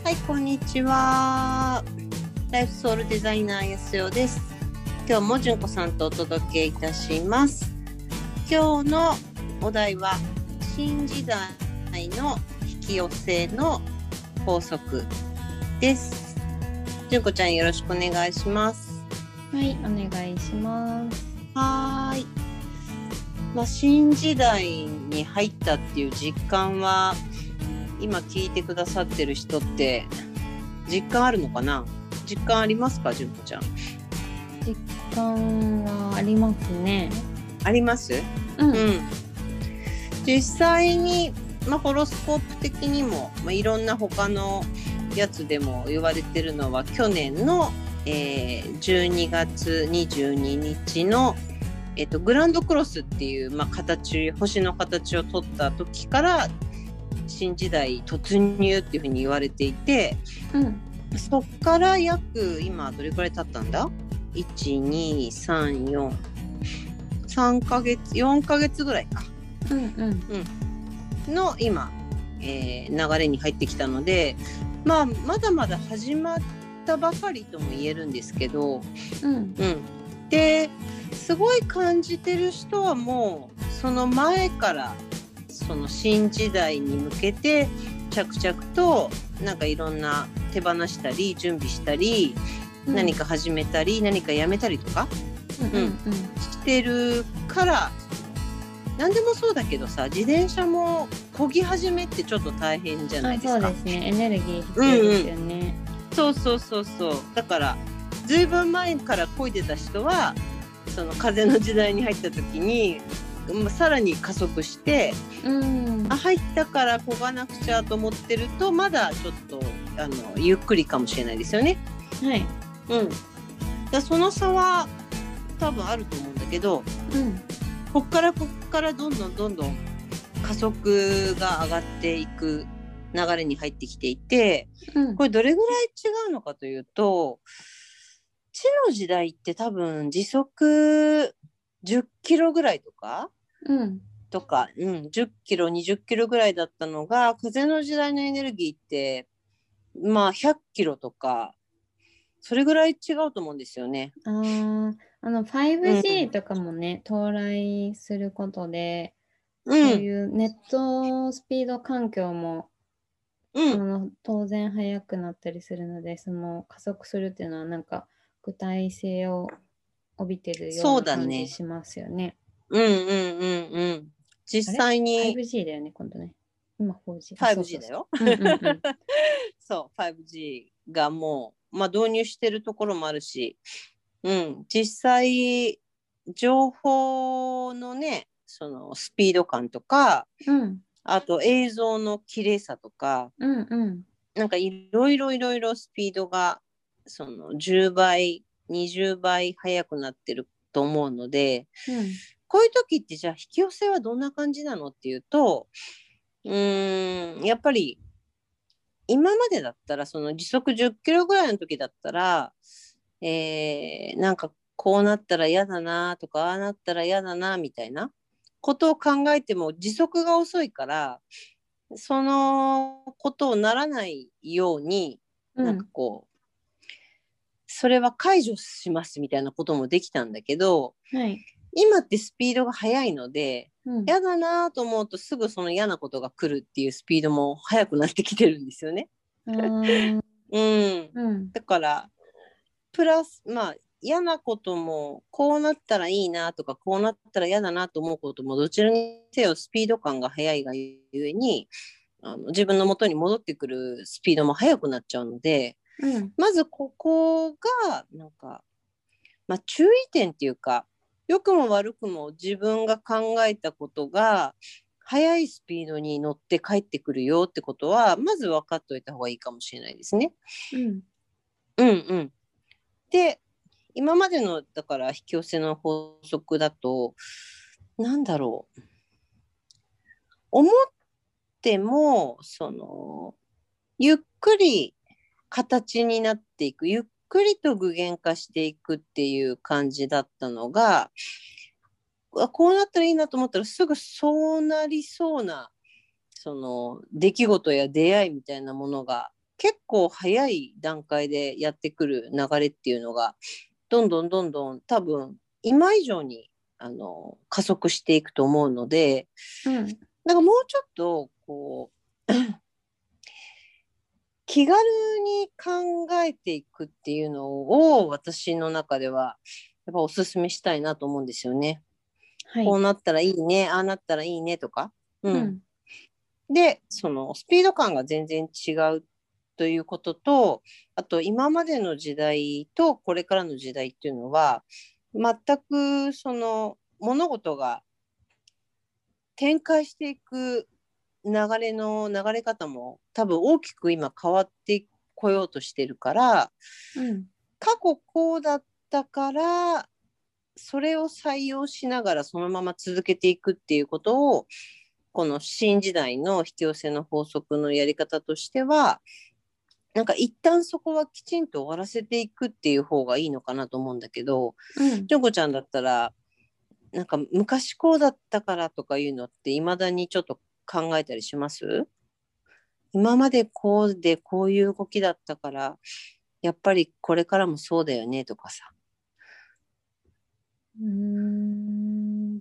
はい、こんにちは。ライフソウルデザイナー安代です。今日も純子さんとお届けいたします。今日のお題は新時代の引き寄せの法則です。純子ちゃん、よろしくお願いします。 はい、お願いします。 はい。新時代に入ったっていう実感は今聞いてくださってる人って実感あるのかな？実感ありますか、純子ちゃん？ 実感はありますね。 あります？ うん。 実際に、ホロスコープ的にも、いろんな他のやつでも言われてるのは去年の、12月22日の、グランドクロスっていう、星の形を取った時から新時代突入っていうふうに言われていて、そっから約今どれくらい経ったんだ ?1,2,3,4 ヶ月4ヶ月ぐらいか、の今、流れに入ってきたので、まだまだ始まったばかりとも言えるんですけど、ですごい感じてる人はもうその前からその新時代に向けて着々となんかいろんな手放したり準備したり、何か始めたり何かやめたりとか、してるから、何でもそうだけどさ、自転車も漕ぎ始めってちょっと大変じゃないですか。 そうですね、エネルギー必要ですよね。 そうだからずいぶん前から漕いでた人はその風の時代に入った時にさらに加速して、入ったから漕がなくちゃと思ってるとまだちょっとゆっくりかもしれないですよね。 はい。 だその差は多分あると思うんだけど、こっからどんどん加速が上がっていく流れに入ってきていて、これどれぐらい違うのかというと、地の時代って多分時速10キロぐらいとか、10キロ20キロぐらいだったのが、風の時代のエネルギーって100キロとかそれぐらい違うと思うんですよね。 5G とかもね、到来することで、そういうネットスピード環境も、当然速くなったりするので、その加速するっていうのはなんか具体性を帯びてるような感じしますよね。 実際に 5G だよね、今度ね。今 4G。 5G だよ。そう、5G がもう、導入してるところもあるし、実際情報のね、そのスピード感とか、あと映像の綺麗さとか、なんかいろいろスピードがその10倍20倍速くなってると思うので、こういう時ってじゃあ引き寄せはどんな感じなのっていうと、やっぱり今までだったらその時速10キロぐらいの時だったら、なんかこうなったら嫌だなとか、ああなったら嫌だなみたいなことを考えても時速が遅いから、そのことをならないように、なんかこうそれは解除しますみたいなこともできたんだけど、今ってスピードが速いので、嫌だなと思うとすぐその嫌なことが来るっていうスピードも速くなってきてるんですよね。だからプラス嫌なこともこうなったらいいなとか、こうなったら嫌だなと思うこともどちらにせよスピード感が速いがゆえに、自分の元に戻ってくるスピードも速くなっちゃうので、まずここがなんか、注意点っていうか、良くも悪くも自分が考えたことが速いスピードに乗って帰ってくるよってことはまず分かっておいた方がいいかもしれないですね。で、今までのだから引き寄せの法則だと、なんだろう、思ってもそのゆっくり形になっていく、ゆっくりと具現化していくっていう感じだったのが、こうなったらいいなと思ったらすぐそうなりそうなその出来事や出会いみたいなものが結構早い段階でやってくる流れっていうのがどんどんどんどん多分今以上に加速していくと思うので、 うん、 なんかもうちょっとこう気軽に考えていくっていうのを私の中ではやっぱお勧めしたいなと思うんですよね。 はい。 こうなったらいいね、ああなったらいいねとか。うん。 うん、 で、そのスピード感が全然違うということと、あと今までの時代とこれからの時代っていうのは、全くその物事が展開していく流れ方も多分大きく今変わってこようとしてるから、 うん、 過去こうだったからそれを採用しながらそのまま続けていくっていうことをこの新時代の引き寄せの法則のやり方としては、なんか一旦そこはきちんと終わらせていくっていう方がいいのかなと思うんだけど、 うん。 ジョコちゃんだったらなんか昔こうだったからとかいうのって未だにちょっと考えたりします？今までこうでこういう動きだったからやっぱりこれからもそうだよねとかさ。 うーん、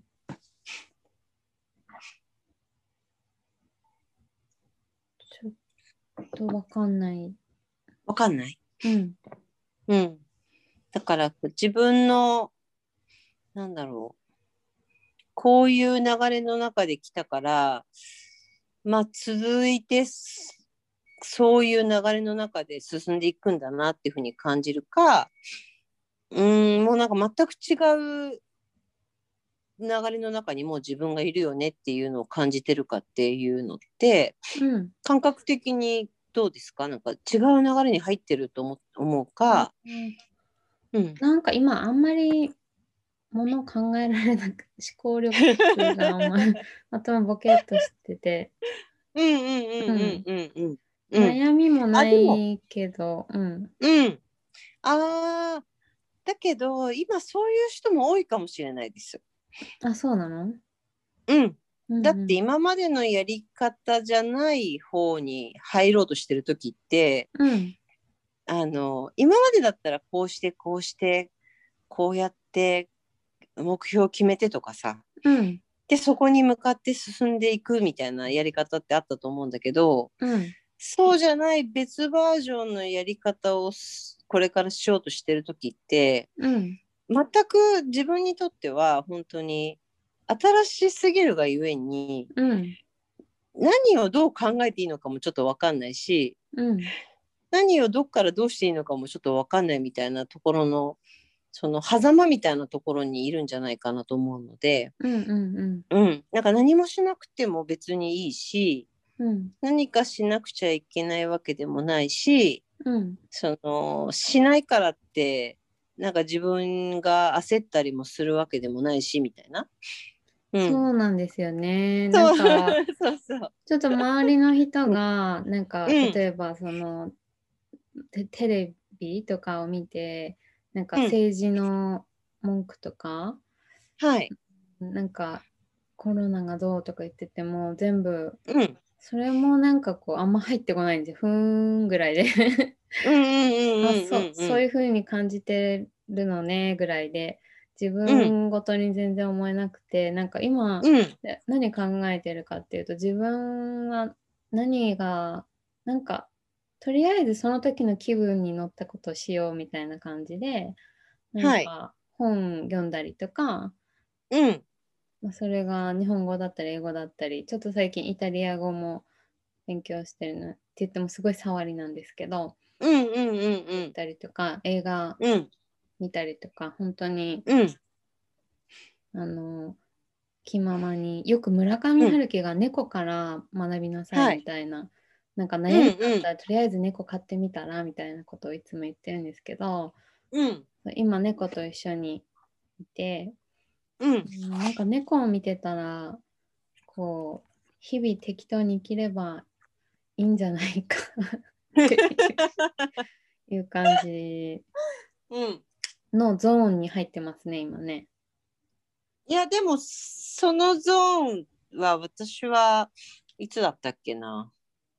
ちょっとわかんない。 わかんない。 うん、 うん。だから自分のなんだろう、こういう流れの中で来たからまあ続いてそういう流れの中で進んでいくんだなっていうふうに感じるか、もうなんか全く違う流れの中にもう自分がいるよねっていうのを感じてるかっていうのってうん、 感覚的にどうですか？なんか違う流れに入ってると思うか、 うん。 うん。 なんか今あんまりもの考えられなく、思考力があんまり頭ボケっとしてて、 うんうんうんうん。 うんうんうんうん。 悩みもなあ、でも、 いけど、うん。 うん。ああ、だけど、今そういう人も多いかもしれないです。 あ、そうなの？ うん。だっうん、 て今までのやり方じゃない方に入ろうとしてる時って、 うん。うん。 今までだったらこうしてこうしてこうやって目標を決めてとかさ、 うん。 でそこに向かって進んでいくみたいなやり方ってあったと思うんだけど、 うん。 そうじゃない別バージョンのやり方をこれからしようとしてる時ってうん。 全く自分にとっては本当に新しすぎるがゆえにうん。 何をどう考えていいのかもちょっと分かんないし、 うん。 何をどっからどうしていいのかもちょっと分かんないみたいなところのその狭間みたいなところにいるんじゃないかなと思うので、 うん。うん。うん。 うん、なんか何もしなくても別にいいし、 うん。 何かしなくちゃいけないわけでもないし、 うん。 そのしないからってなんか自分が焦ったりもするわけでもないしみたいな。うん。 そうなんですよね。なそうんか、 そうそう。 ちょっと周りの人が、なんか、 うん。 例えば、その、テレビとかを見て、なんかうん。 政治の文句とか、 はい。 なんかコロナがどうとか言ってても、全部、 うん。 それもなんかこう、あんま入ってこないんですよ。ふーんぐらいでうんうんあ、 うんうんうんそういう風に感じてるのねぐらいで、自うん。 分ごとに全然思えなくて、なんか今、 うん。 何考えてるかっていうと、自分は何が、なんか、とりあえずその時の気分に乗ったことをしようみたいな感じで、なんはい。 か本読んだりとか、 うん。 まあ、それが日本語だったり英語だったり、ちょっと最近イタリア語も勉強してるのって言ってもすごい触りなんですけど、 うんうんうんうん。 たりとか、映画うん。 見たりとか、本当に、 うん。 あの、気ままに、よく村上うん。 春樹が猫から学びなさいはい。 みたいな、なんかう悩みがあっんうん。 たらとりあえず猫飼ってみたらみたいなことをいつも言ってるんですけど、 うん。 今猫と一緒にいて、 うん。 なんか猫を見てたら、こう、日々適当に生きればいいんじゃないかっていう感じうん。 のゾーンに入ってますね、今ね。 いや、でも、そのゾーンは私はいつだったっけな。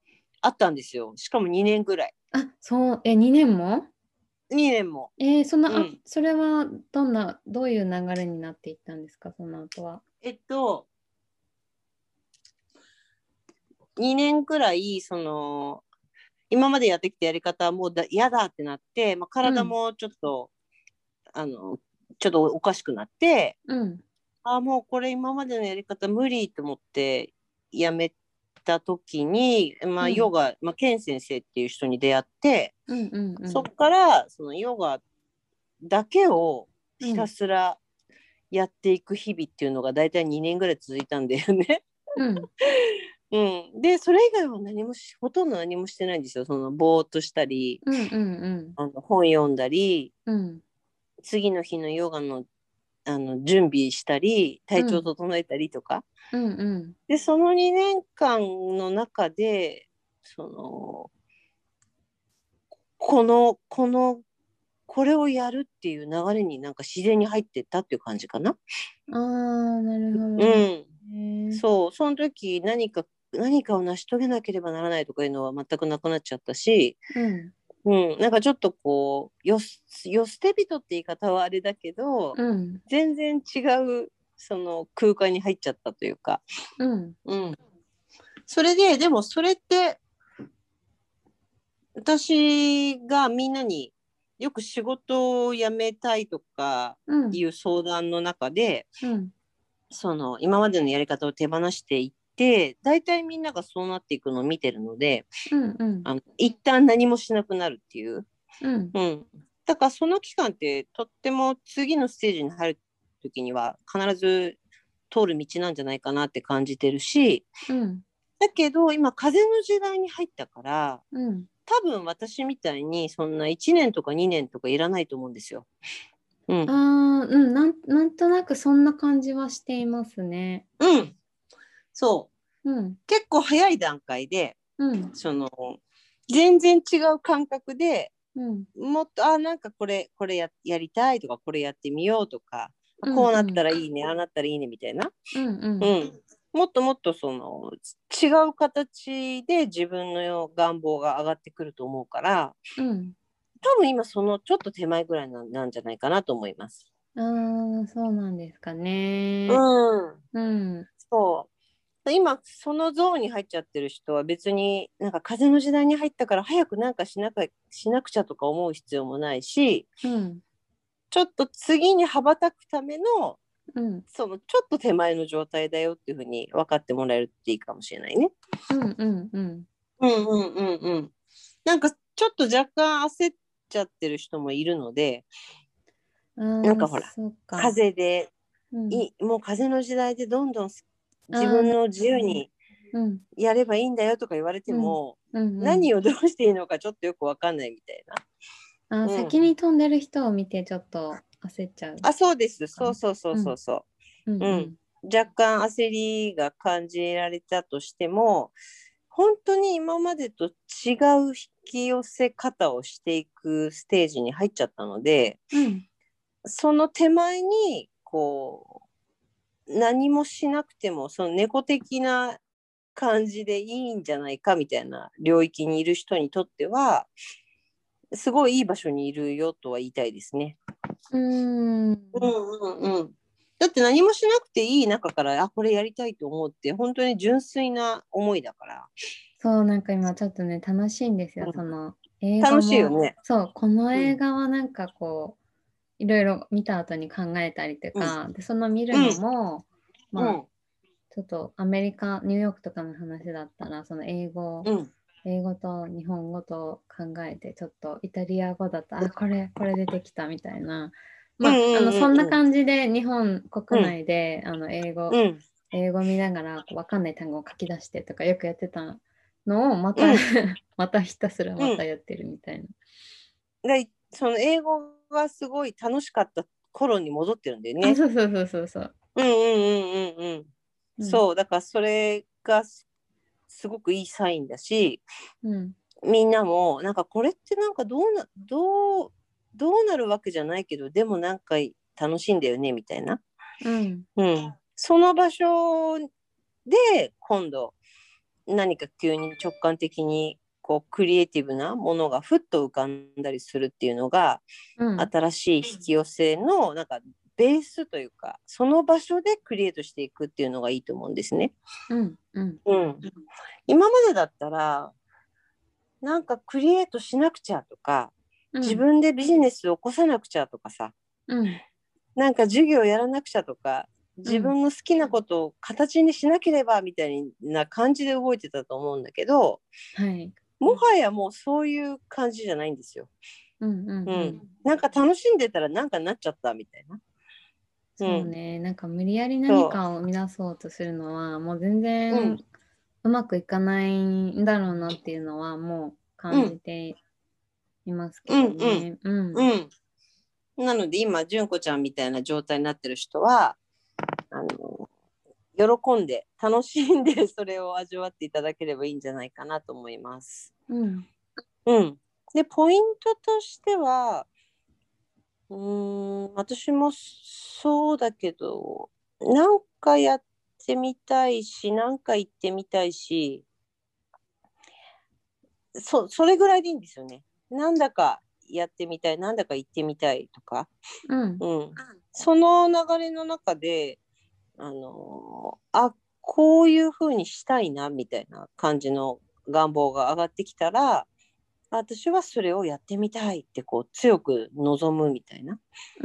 あったんですよ。しかも2年ぐらい。 あ、そう、2年も 2年も。 それはどういう流れになっていったんですか、その後は。 2年くらい、今までやってきたやり方はもう嫌だってなって、体もちょっと、ちょっとおかしくなって、もうこれ今までのやり方無理と思ってやめた時に、ヨガ、ケン先生っていう人に出会って、そこからそのヨガだけをひたすらやっていく日々っていうのが大体2年ぐらい続いたんだよね。でそれ以外はほとんど何もしてないんですよ。ぼーっとしたり、本読んだり、次の日のヨガの準備したり、体調整えたりとか、でその2年間の中でこれをやるっていう流れになんか自然に入ってったっていう感じかな。 なるほど。 そう、その時何かを成し遂げなければならないとかいうのは全くなくなっちゃったし、なんかちょっとこうよ捨て人って言い方はあれだけど、全然違うその空間に入っちゃったというか、それででもそれって私がみんなによく仕事を辞めたいとかいう相談の中で、今までのやり方を手放していって大体みんながそうなっていくのを見てるので、一旦何もしなくなるっていう、だからその期間ってとっても次のステージに入る時には必ず通る道なんじゃないかなって感じてるし、だけど今風の時代に入ったから、多分私みたいにそんな1年とか2年とかいらないと思うんですよ。 なんとなくそんな感じはしていますね。 そう、結構早い段階で、全然違う感覚で、もっとなんかこれやりたいとか、これやってみようとか、こうなったらいいね、ああなったらいいねみたいな、もっともっと違う形で自分の願望が上がってくると思うから、多分今ちょっと手前ぐらいなんじゃないかなと思います。 そうなんですかね。 そう。今そのゾーンに入っちゃってる人は別になんか風の時代に入ったから早くなんかしなくちゃとか思う必要もないし、ちょっと次に羽ばたくためのちょっと手前の状態だよっていうふうに分かってもらえるっていいかもしれないね。なんかちょっと若干焦っちゃってる人もいるので、なんかほら風で、もう風の時代でどんどん自分の自由にやればいいんだよとか言われても、何をどうしていいのかちょっとよく分かんないみたいな。先に飛んでる人を見てちょっと焦っちゃう。 そうです。そう。若干焦りが感じられたとしても、本当に今までと違う引き寄せ方をしていくステージに入っちゃったので、その手前にこう何もしなくてもその猫的な感じでいいんじゃないかみたいな領域にいる人にとってはすごいいい場所にいるよとは言いたいですね。だって何もしなくていい中からこれやりたいと思うって本当に純粋な思いだから。 そう、なんか今ちょっとね楽しいんですよ。その映画も楽しいよね。 そう、この映画はなんかこういろいろ見た後に考えたりとか、でその見るのも、ちょっとアメリカニューヨークとかの話だったらその英語と日本語と考えて、ちょっとイタリア語だとこれ出てきたみたいな、そんな感じで日本国内で、英語見ながら分かんない単語を書き出してとかよくやってたのをまた、またひたすらまたやってるみたいな。 でその英語がすごい楽しかった頃に戻ってるんだよね。 そう。 そう、だからそれがすごくいいサインだし、みんなもなんかこれってなんかどうなるわけじゃないけど、でもなんか楽しいんだよねみたいな、その場所で今度何か急に直感的にこうクリエイティブなものがふっと浮かんだりするっていうのが、新しい引き寄せのなんかベースというか、その場所でクリエイトしていくっていうのがいいと思うんですね。今までだったらなんかクリエイトしなくちゃとか、自分でビジネスを起こさなくちゃとかさ、なんか授業やらなくちゃとか、自分の好きなことを形にしなければみたいな感じで動いてたと思うんだけど、もはやもうそういう感じじゃないんですよ。なんか楽しんでたらなんかなっちゃったみたいな。 そうね、なんか無理やり何かを生み出そうとするのはもう全然うまくいかないんだろうなっていうのはもう感じていますけどね。 なので今純子ちゃんみたいな状態になってる人は喜んで楽しんでそれを味わっていただければいいんじゃないかなと思います。でポイントとしては私もそうだけどなんかやってみたいしなんか行ってみたいしそれぐらいでいいんですよね。なんだかやってみたいなんだか行ってみたいとか、その流れの中でこういう風にしたいなみたいな感じの願望が上がってきたら私はそれをやってみたいってこう強く望むみたいな。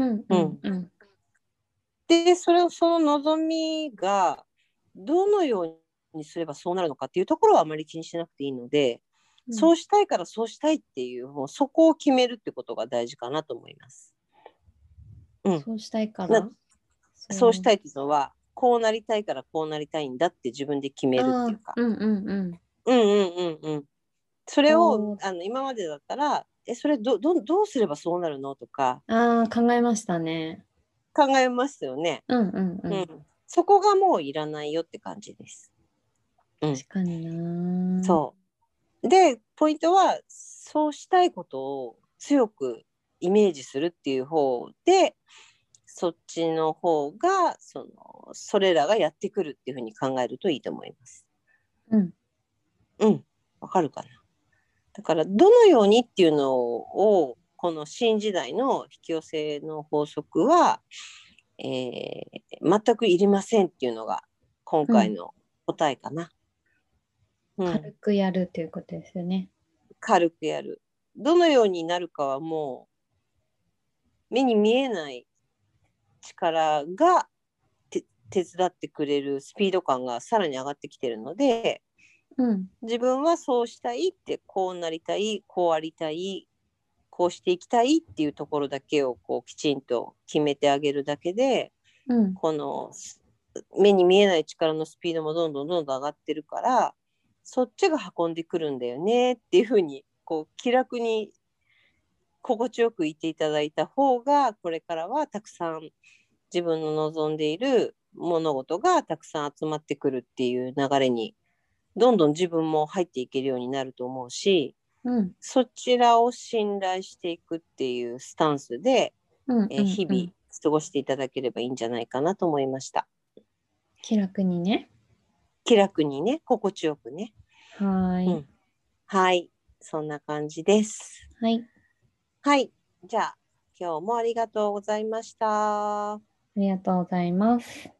でその望みがどのようにすればそうなるのかっていうところはあまり気にしなくていいので、そうしたいからそうしたいっていうもうそこを決めるってことが大事かなと思います。 そうしたいからそうしたいっていうのはこうなりたいからこうなりたいんだって自分で決めるっていうか。それを今までだったらそれどうすればそうなるのとか考えましたね。 考えますよね。そこがもういらないよって感じです。 確かにな。 そうでポイントはそうしたいことを強くイメージするっていう方でそっちの方がそれらがやってくるっていうふうに考えるといいと思います。わかるかな。だからどのようにっていうのをこの新時代の引き寄せの法則は、全くいりませんっていうのが今回の答えかな。 軽くやるっていうことですよね。 軽くやる。どのようになるかはもう目に見えない力が手伝ってくれるスピード感がさらに上がってきてるので、自分はそうしたいってこうなりたいこうありたいこうしていきたいっていうところだけをこうきちんと決めてあげるだけで、この目に見えない力のスピードもどんどん上がってるからそっちが運んでくるんだよねっていうふうにこう気楽に心地よく言っていただいた方がこれからはたくさん自分の望んでいる物事がたくさん集まってくるっていう流れにどんどん自分も入っていけるようになると思うし、そちらを信頼していくっていうスタンスで、日々過ごしていただければいいんじゃないかなと思いました。 気楽にね。 気楽にね、心地よくね。はい、そんな感じです。はい、じゃあ今日もありがとうございました。 ありがとうございます。